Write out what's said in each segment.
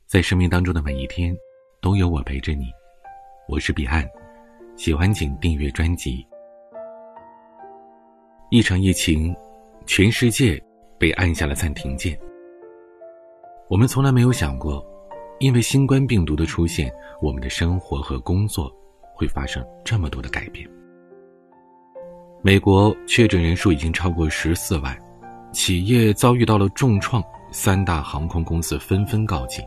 在生命当中的每一天，都有我陪着你。我是彼岸，喜欢请订阅专辑。一场疫情，全世界被按下了暂停键。我们从来没有想过，因为新冠病毒的出现，我们的生活和工作会发生这么多的改变。美国确诊人数已经超过14万，企业遭遇到了重创，3大航空公司纷纷告急。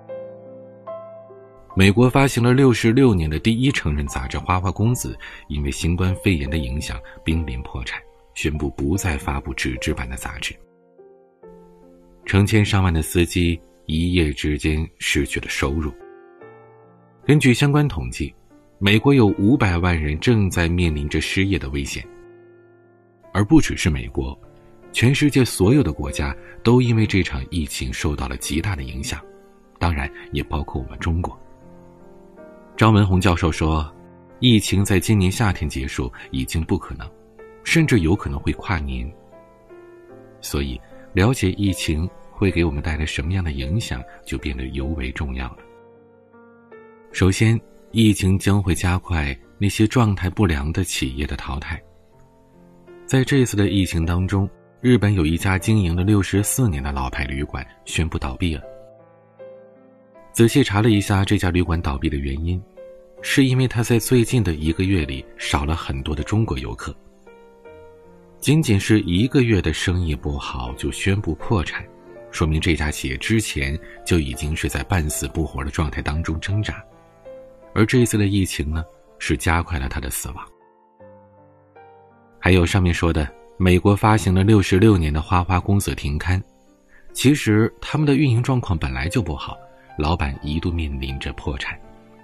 美国发行了66年的第一成人杂志《花花公子》，因为新冠肺炎的影响濒临破产，宣布不再发布纸质版的杂志。成千上万的司机一夜之间失去了收入。根据相关统计，美国有500万人正在面临着失业的危险。而不只是美国，全世界所有的国家都因为这场疫情受到了极大的影响，当然也包括我们中国。张文宏教授说，疫情在今年夏天结束已经不可能，甚至有可能会跨年。所以了解疫情会给我们带来什么样的影响，就变得尤为重要了。首先，疫情将会加快那些状态不良的企业的淘汰。在这次的疫情当中，日本有一家经营了64年的老牌旅馆宣布倒闭了。仔细查了一下这家旅馆倒闭的原因，是因为它在最近的1个月里少了很多的中国游客。仅仅是1个月的生意不好就宣布破产，说明这家企业之前就已经是在半死不活的状态当中挣扎，而这一次的疫情呢，是加快了它的死亡。还有上面说的美国发行了66年的花花公子停刊，其实他们的运营状况本来就不好，老板一度面临着破产。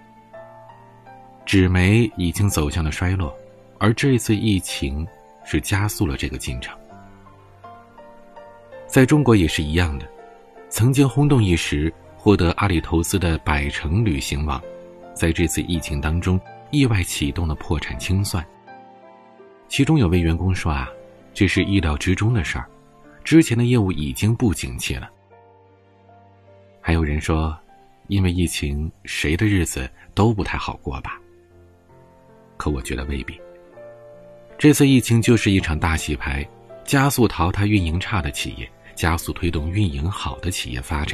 纸媒已经走向了衰落，而这次疫情是加速了这个进程。在中国也是一样的，曾经轰动一时获得阿里投资的百城旅行网，在这次疫情当中意外启动了破产清算。其中有位员工说这是意料之中的事儿，之前的业务已经不景气了。还有人说，因为疫情，谁的日子都不太好过吧？可我觉得未必。这次疫情就是一场大洗牌，加速淘汰运营差的企业，加速推动运营好的企业发展。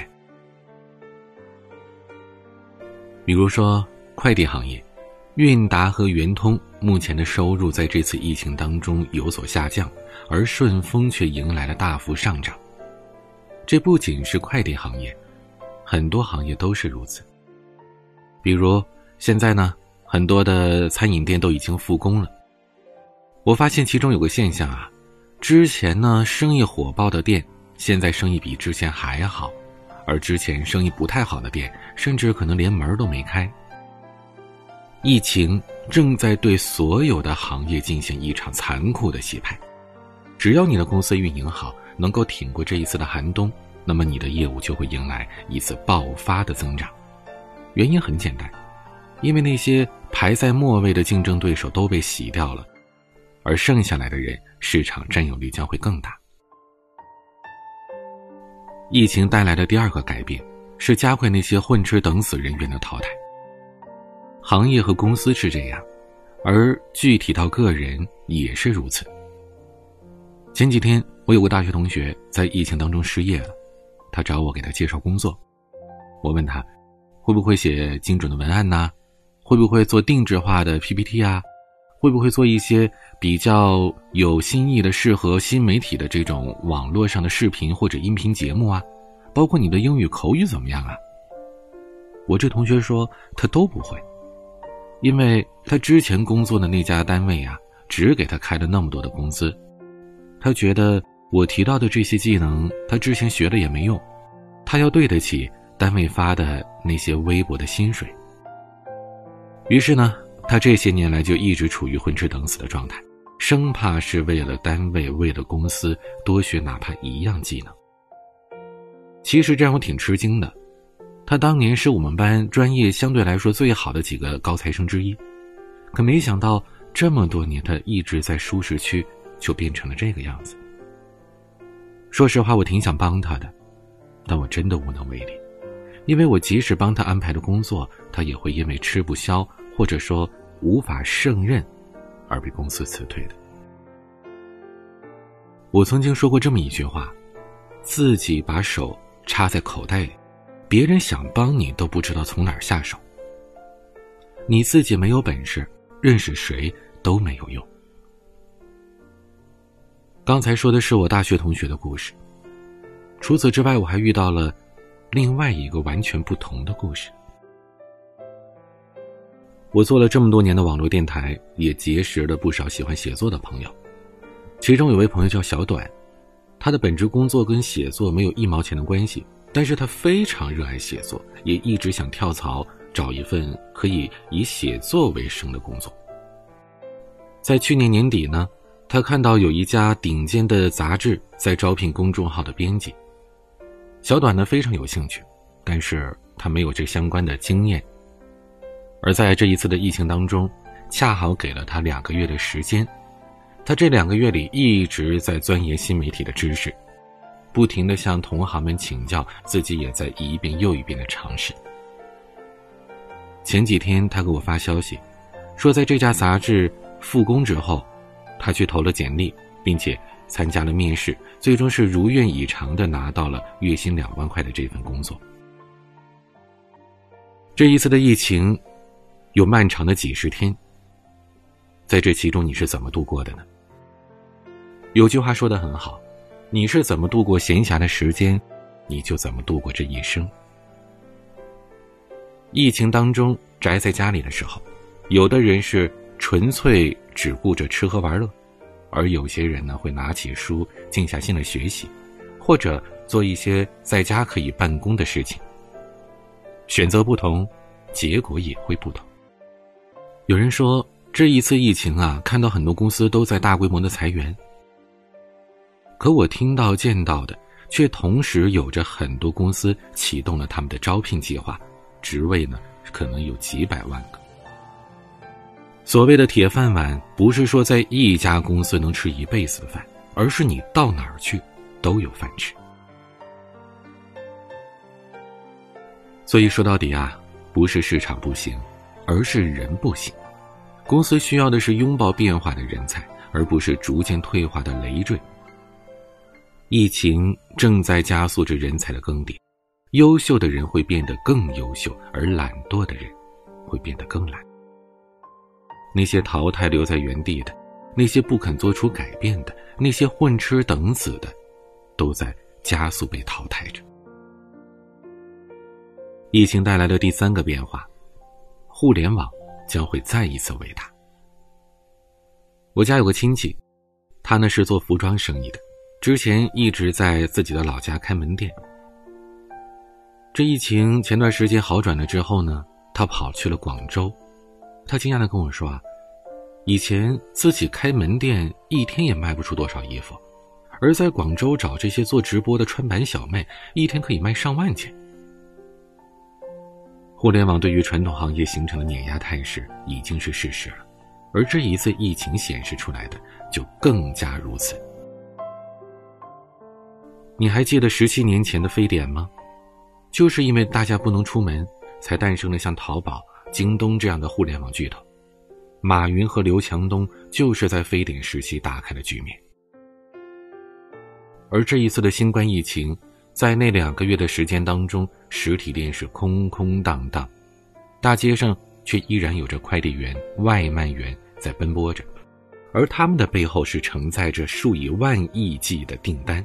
比如说快递行业，韵达和圆通目前的收入在这次疫情当中有所下降，而顺丰却迎来了大幅上涨。这不仅是快递行业，很多行业都是如此。比如现在呢，很多的餐饮店都已经复工了。我发现其中有个现象之前呢生意火爆的店，现在生意比之前还好，而之前生意不太好的店，甚至可能连门都没开。疫情正在对所有的行业进行一场残酷的洗牌。只要你的公司运营好，能够挺过这一次的寒冬，那么你的业务就会迎来一次爆发的增长。原因很简单，因为那些排在末位的竞争对手都被洗掉了，而剩下来的人，市场占有率将会更大。疫情带来的第2个改变，是加快那些混吃等死人员的淘汰。行业和公司是这样，而具体到个人也是如此。前几天我有个大学同学在疫情当中失业了，他找我给他介绍工作。我问他会不会写精准的文案呢？会不会做定制化的 PPT 会不会做一些比较有新意的适合新媒体的这种网络上的视频或者音频节目包括你的英语口语怎么样我这同学说他都不会，因为他之前工作的那家单位只给他开了那么多的工资。他觉得我提到的这些技能他之前学了也没用，他要对得起单位发的那些微薄的薪水。于是呢，他这些年来就一直处于混吃等死的状态，生怕是为了单位为了公司多学哪怕一样技能。其实这让我挺吃惊的，他当年是我们班专业相对来说最好的几个高材生之一，可没想到这么多年他一直在舒适区，就变成了这个样子。说实话我挺想帮他的，但我真的无能为力。 因为我即使帮他安排的工作，他也会因为吃不消或者说无法胜任而被公司辞退的。我曾经说过这么一句话，自己把手插在口袋里，别人想帮你都不知道从哪儿下手。你自己没有本事，认识谁都没有用。刚才说的是我大学同学的故事，除此之外，我还遇到了另外一个完全不同的故事。我做了这么多年的网络电台，也结识了不少喜欢写作的朋友。其中有位朋友叫小短，他的本职工作跟写作没有1毛钱的关系，但是他非常热爱写作，也一直想跳槽找一份可以以写作为生的工作。在去年年底呢，他看到有一家顶尖的杂志在招聘公众号的编辑。小短呢非常有兴趣，但是他没有这相关的经验。而在这一次的疫情当中，恰好给了他2个月的时间。他这2个月里一直在钻研新媒体的知识，不停地向同行们请教，自己也在一遍又一遍的尝试。前几天他给我发消息，说在这家杂志复工之后，他去投了简历，并且参加了面试，最终是如愿以偿地拿到了月薪2万块的这份工作。这一次的疫情有漫长的几十天，在这其中你是怎么度过的呢？有句话说得很好，你是怎么度过闲暇的时间，你就怎么度过这一生。疫情当中宅在家里的时候，有的人是纯粹只顾着吃喝玩乐，而有些人呢会拿起书静下心来学习，或者做一些在家可以办公的事情。选择不同，结果也会不同。有人说这一次疫情啊，看到很多公司都在大规模的裁员，可我听到见到的却同时有着很多公司启动了他们的招聘计划，职位呢可能有几百万个。所谓的铁饭碗，不是说在一家公司能吃一辈子的饭，而是你到哪儿去都有饭吃。所以说到底啊，不是市场不行，而是人不行。公司需要的是拥抱变化的人才，而不是逐渐退化的累赘。疫情正在加速着人才的更迭，优秀的人会变得更优秀，而懒惰的人会变得更懒。那些淘汰留在原地的，那些不肯做出改变的，那些混吃等死的，都在加速被淘汰着。疫情带来的第3个变化，互联网将会再一次伟大。我家有个亲戚，他呢是做服装生意的，之前一直在自己的老家开门店。这疫情前段时间好转了之后呢，他跑去了广州。他惊讶地跟我说啊，以前自己开门店一天也卖不出多少衣服，而在广州找这些做直播的穿板小妹，一天可以卖上万件。互联网对于传统行业形成的碾压态势已经是事实了，而这一次疫情显示出来的就更加如此。你还记得17年前的非典吗？就是因为大家不能出门，才诞生了像淘宝、京东这样的互联网巨头。马云和刘强东就是在非典时期打开了局面。而这一次的新冠疫情，在那2个月的时间当中，实体店是空空荡荡，大街上却依然有着快递员、外卖员在奔波着，而他们的背后是承载着数以万亿计的订单。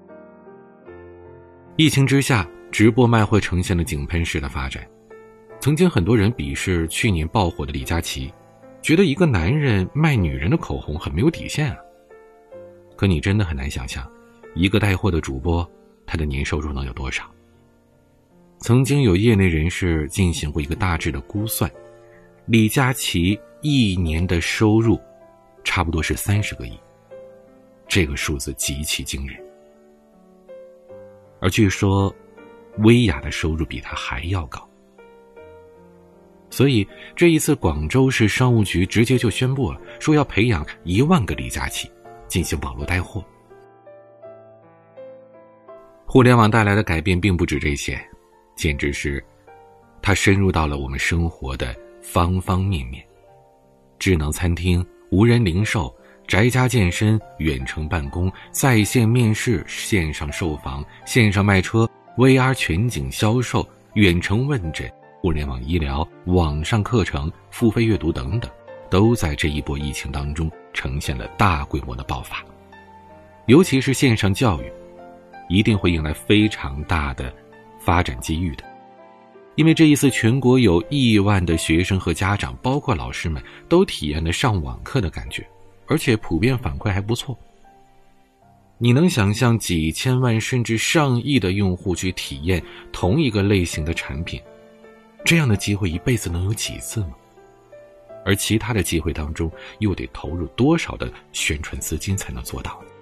疫情之下，直播卖会呈现了井喷式的发展。曾经很多人鄙视去年爆火的李佳琦，觉得一个男人卖女人的口红很没有底线啊。可你真的很难想象，一个带货的主播，他的年收入能有多少？曾经有业内人士进行过一个大致的估算，李佳琦1年的收入差不多是30个亿，这个数字极其惊人。而据说薇娅的收入比他还要高。所以这一次广州市商务局直接就宣布了，说要培养1万个李佳琦进行网络带货。互联网带来的改变并不止这些， 简直是它深入到了我们生活的方方面面。智能餐厅、无人零售、宅家健身、远程办公、在线面试、线上售房、线上卖车、VR 全景销售、远程问诊、互联网医疗、网上课程、付费阅读等等，都在这一波疫情当中呈现了大规模的爆发。尤其是线上教育，一定会迎来非常大的发展机遇的。因为这一次全国有亿万的学生和家长，包括老师们，都体验了上网课的感觉，而且普遍反馈还不错。你能想象几千万甚至上亿的用户去体验同一个类型的产品，这样的机会一辈子能有几次吗？而其他的机会当中，又得投入多少的宣传资金才能做到呢？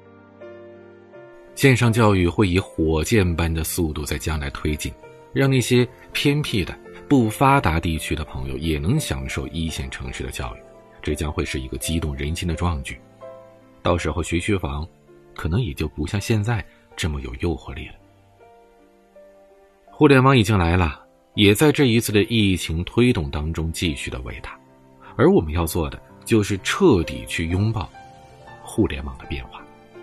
线上教育会以火箭般的速度在将来推进，让那些偏僻的不发达地区的朋友也能享受一线城市的教育，这将会是一个激动人心的壮举。到时候学区房可能也就不像现在这么有诱惑力了。互联网已经来了，也在这一次的疫情推动当中继续的伟大，而我们要做的就是彻底去拥抱互联网的变化。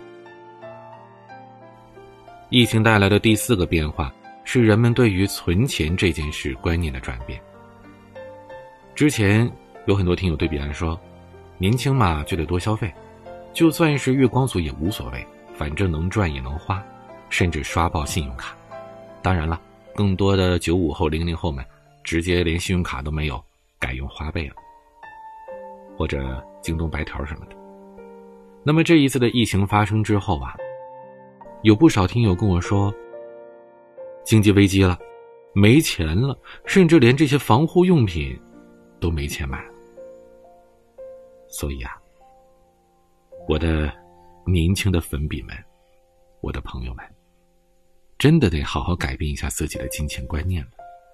疫情带来的第4个变化是人们对于存钱这件事观念的转变。之前有很多听友对比来说，年轻嘛就得多消费，就算是月光族也无所谓，反正能赚也能花，甚至刷爆信用卡。当然了，更多的95后、00后们直接连信用卡都没有，改用花呗了，或者京东白条什么的。那么这一次的疫情发生之后啊，有不少听友跟我说，经济危机了，没钱了，甚至连这些防护用品都没钱买了。所以啊，我的年轻的粉笔们，我的朋友们，真的得好好改变一下自己的金钱观念了。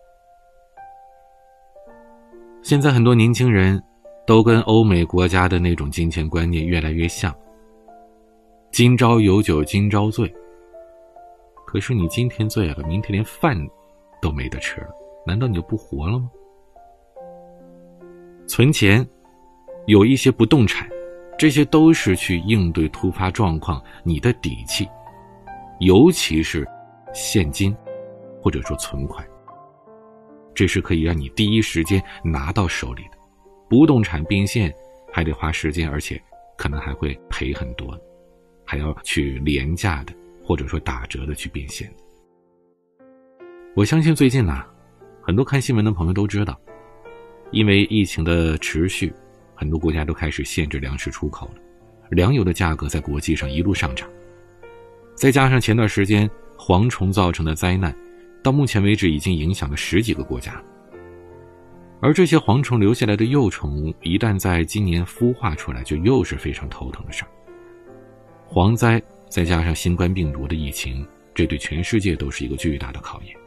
现在很多年轻人都跟欧美国家的那种金钱观念越来越像，今朝有酒今朝醉。可是你今天醉了，明天连饭都没得吃了，难道你就不活了吗？存钱，有一些不动产，这些都是去应对突发状况你的底气，尤其是现金或者说存款，这是可以让你第一时间拿到手里的。不动产变现还得花时间，而且可能还会赔很多，还要去廉价的或者说打折的去变现。我相信最近很多看新闻的朋友都知道，因为疫情的持续，很多国家都开始限制粮食出口了，粮油的价格在国际上一路上涨。再加上前段时间蝗虫造成的灾难，到目前为止已经影响了10几个国家。而这些蝗虫留下来的幼虫，一旦在今年孵化出来，就又是非常头疼的事儿。蝗灾再加上新冠病毒的疫情，这对全世界都是一个巨大的考验。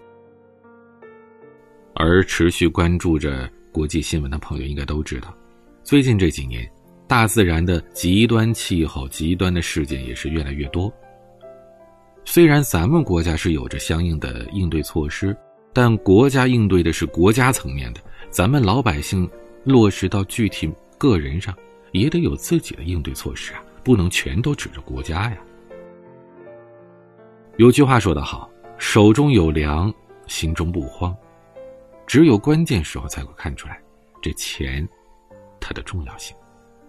而持续关注着国际新闻的朋友应该都知道，最近这几年大自然的极端气候、极端的事件也是越来越多。虽然咱们国家是有着相应的应对措施，但国家应对的是国家层面的，咱们老百姓落实到具体个人上也得有自己的应对措施啊，不能全都指着国家呀。有句话说得好，手中有粮，心中不慌。只有关键时候才会看出来这钱它的重要性。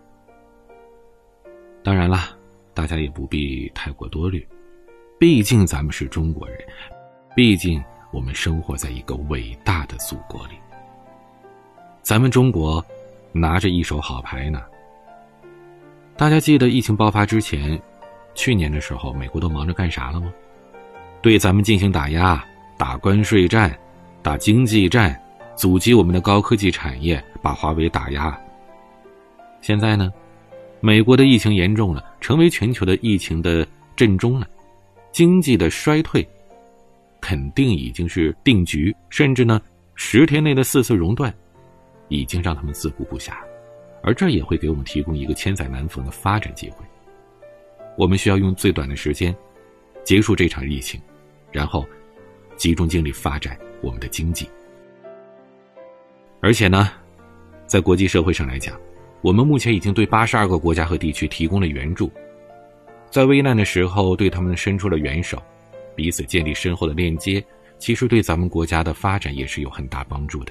当然了，大家也不必太过多虑，毕竟咱们是中国人，毕竟我们生活在一个伟大的祖国里，咱们中国拿着一手好牌呢。大家记得疫情爆发之前，去年的时候美国都忙着干啥了吗？对咱们进行打压，打关税战，打经济战，阻击我们的高科技产业，把华为打压。现在呢，美国的疫情严重了，成为全球的疫情的震中了，经济的衰退肯定已经是定局，甚至呢10天内的4次熔断已经让他们自顾不暇，而这也会给我们提供一个千载难逢的发展机会。我们需要用最短的时间结束这场疫情，然后集中精力发展我们的经济。而且呢，在国际社会上来讲，我们目前已经对82个国家和地区提供了援助，在危难的时候对他们伸出了援手，彼此建立深厚的链接，其实对咱们国家的发展也是有很大帮助的。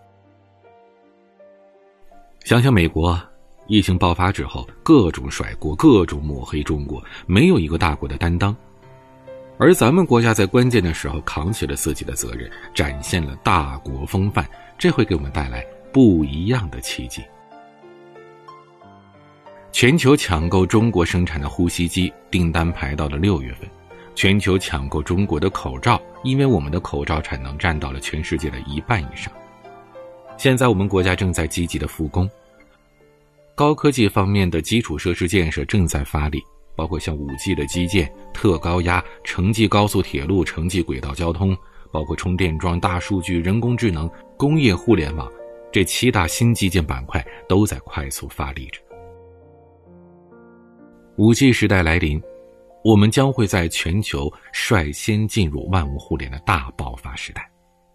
想想美国疫情爆发之后，各种甩锅，各种抹黑中国，没有一个大国的担当，而咱们国家在关键的时候扛起了自己的责任，展现了大国风范，这会给我们带来不一样的奇迹。全球抢购中国生产的呼吸机订单排到了6月份，全球抢购中国的口罩，因为我们的口罩产能占到了全世界的1半以上。现在我们国家正在积极的复工，高科技方面的基础设施建设正在发力，包括像 5G 的基建、特高压、城际高速铁路、城际轨道交通，包括充电桩、大数据、人工智能、工业互联网，这7大新基建板块都在快速发力着。5G 时代来临，我们将会在全球率先进入万物互联的大爆发时代。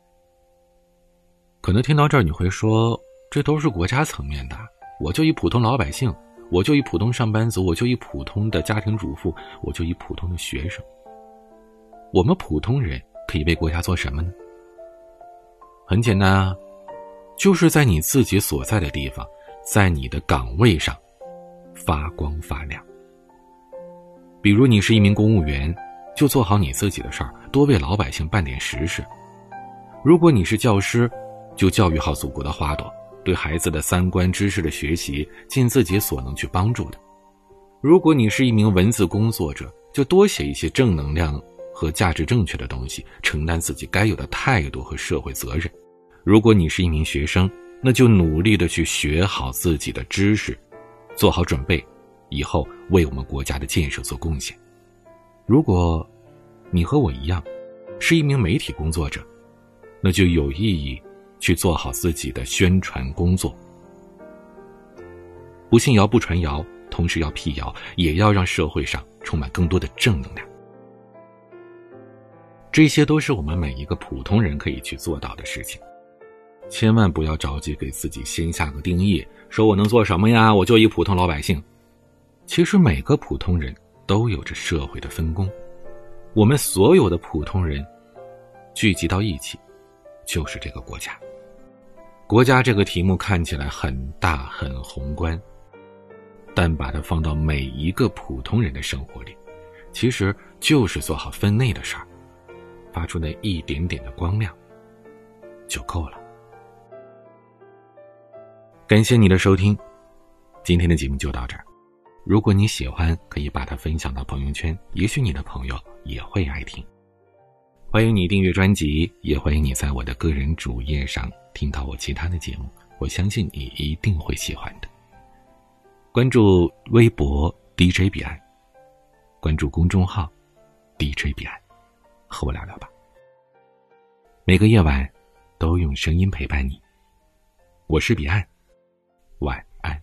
可能听到这儿你会说，这都是国家层面的，我就一普通老百姓，我就一普通上班族，我就一普通的家庭主妇，我就一普通的学生。我们普通人可以为国家做什么呢？很简单啊，就是在你自己所在的地方，在你的岗位上发光发亮。比如你是一名公务员，就做好你自己的事儿，多为老百姓办点实事。如果你是教师，就教育好祖国的花朵，对孩子的3观知识的学习尽自己所能去帮助的。如果你是一名文字工作者，就多写一些正能量和价值正确的东西，承担自己该有的态度和社会责任。如果你是一名学生，那就努力的去学好自己的知识，做好准备，以后为我们国家的建设做贡献。如果你和我一样是一名媒体工作者，那就有意义去做好自己的宣传工作。不信谣不传谣，同时要辟谣，也要让社会上充满更多的正能量。这些都是我们每一个普通人可以去做到的事情。千万不要着急给自己先下个定义，说我能做什么呀，我就一普通老百姓。其实每个普通人都有着社会的分工，我们所有的普通人聚集到一起，就是这个国家。国家这个题目看起来很大很宏观，但把它放到每一个普通人的生活里，其实就是做好分内的事儿，发出那一点点的光亮就够了。感谢你的收听，今天的节目就到这儿。如果你喜欢，可以把它分享到朋友圈，也许你的朋友也会爱听。欢迎你订阅专辑，也欢迎你在我的个人主页上听到我其他的节目，我相信你一定会喜欢的。关注微博 DJ 彼岸，关注公众号 DJ 彼岸，和我聊聊吧。每个夜晚都用声音陪伴你，我是彼岸，晚安。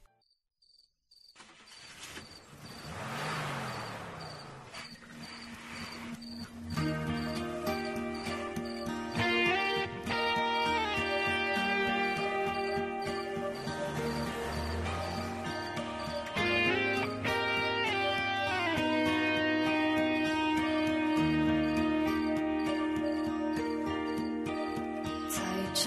这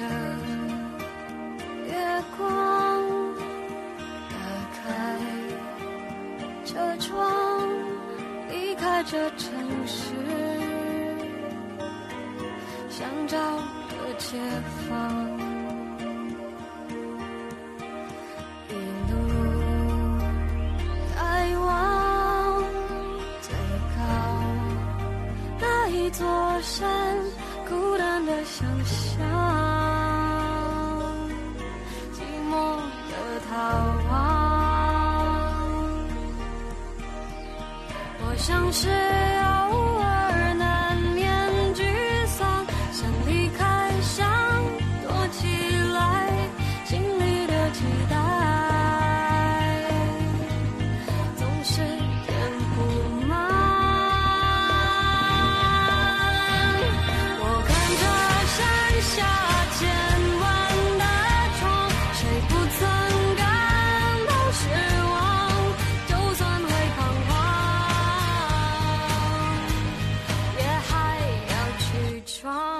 月光打开车窗，离开这城市，想找个解放。一路开往最高那一座山，孤单的想象。我像是偶尔难免沮丧，想离开，想躲起来，心里的期待总是填不满。 窗。